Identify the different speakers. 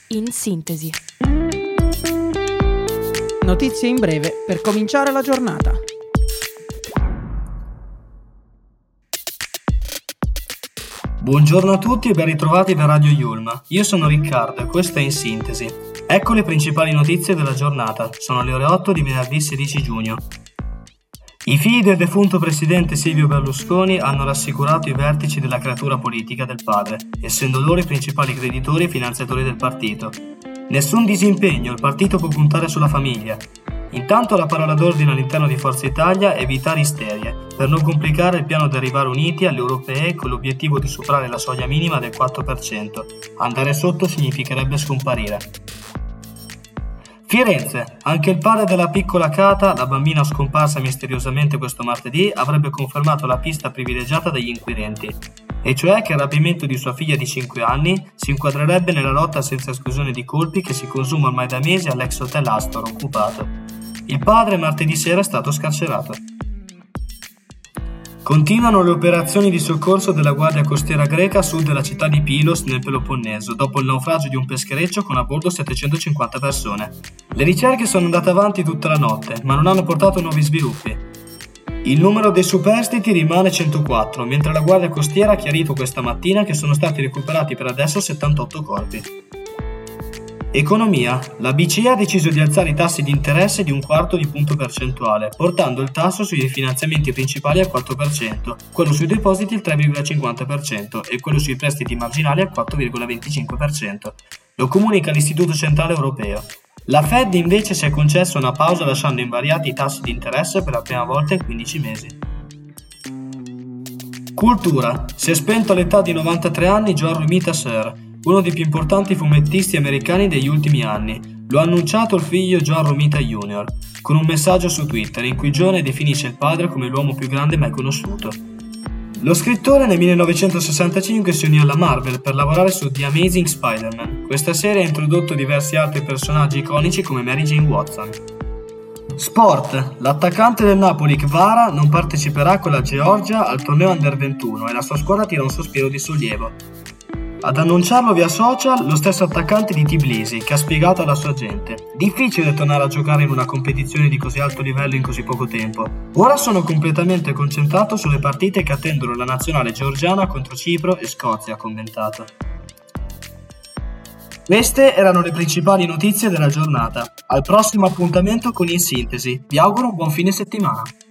Speaker 1: In sintesi.
Speaker 2: Notizie in breve per cominciare la giornata.
Speaker 3: Buongiorno a tutti e ben ritrovati da Radio Yulm. Io sono Riccardo e questo è In Sintesi. Ecco le principali notizie della giornata. Sono le ore 8 di venerdì 16 giugno. I figli del defunto presidente Silvio Berlusconi hanno rassicurato i vertici della creatura politica del padre, essendo loro i principali creditori e finanziatori del partito. Nessun disimpegno, il partito può puntare sulla famiglia. Intanto la parola d'ordine all'interno di Forza Italia è evitare isterie, per non complicare il piano di arrivare uniti alle europee con l'obiettivo di superare la soglia minima del 4%. Andare sotto significherebbe scomparire. Firenze. Anche il padre della piccola Cata, la bambina scomparsa misteriosamente questo martedì, avrebbe confermato la pista privilegiata dagli inquirenti, e cioè che il rapimento di sua figlia di 5 anni si inquadrerebbe nella lotta senza esclusione di colpi che si consuma ormai da mesi all'ex hotel Astor occupato. Il padre martedì sera è stato scarcerato. Continuano le operazioni di soccorso della Guardia Costiera greca a sud della città di Pylos nel Peloponneso, dopo il naufragio di un peschereccio con a bordo 750 persone. Le ricerche sono andate avanti tutta la notte, ma non hanno portato nuovi sviluppi. Il numero dei superstiti rimane 104, mentre la Guardia Costiera ha chiarito questa mattina che sono stati recuperati per adesso 78 corpi. Economia. La BCE ha deciso di alzare i tassi di interesse di 1/4 di punto percentuale, portando il tasso sui rifinanziamenti principali al 4%, quello sui depositi al 3,50% e quello sui prestiti marginali al 4,25%. Lo comunica l'Istituto Centrale Europeo. La Fed invece si è concessa una pausa lasciando invariati i tassi di interesse per la prima volta in 15 mesi. Cultura. Si è spento all'età di 93 anni John Romita Sr., uno dei più importanti fumettisti americani degli ultimi anni. Lo ha annunciato il figlio John Romita Jr., con un messaggio su Twitter in cui John definisce il padre come l'uomo più grande mai conosciuto. Lo scrittore nel 1965 si unì alla Marvel per lavorare su The Amazing Spider-Man. Questa serie ha introdotto diversi altri personaggi iconici come Mary Jane Watson. Sport. L'attaccante del Napoli Kvara non parteciperà con la Georgia al torneo Under 21 e la sua squadra tira un sospiro di sollievo. Ad annunciarlo via social lo stesso attaccante di Tbilisi, che ha spiegato alla sua gente: difficile tornare a giocare in una competizione di così alto livello in così poco tempo. Ora sono completamente concentrato sulle partite che attendono la nazionale georgiana contro Cipro e Scozia, ha commentato. Queste erano le principali notizie della giornata. Al prossimo appuntamento con In Sintesi. Vi auguro un buon fine settimana.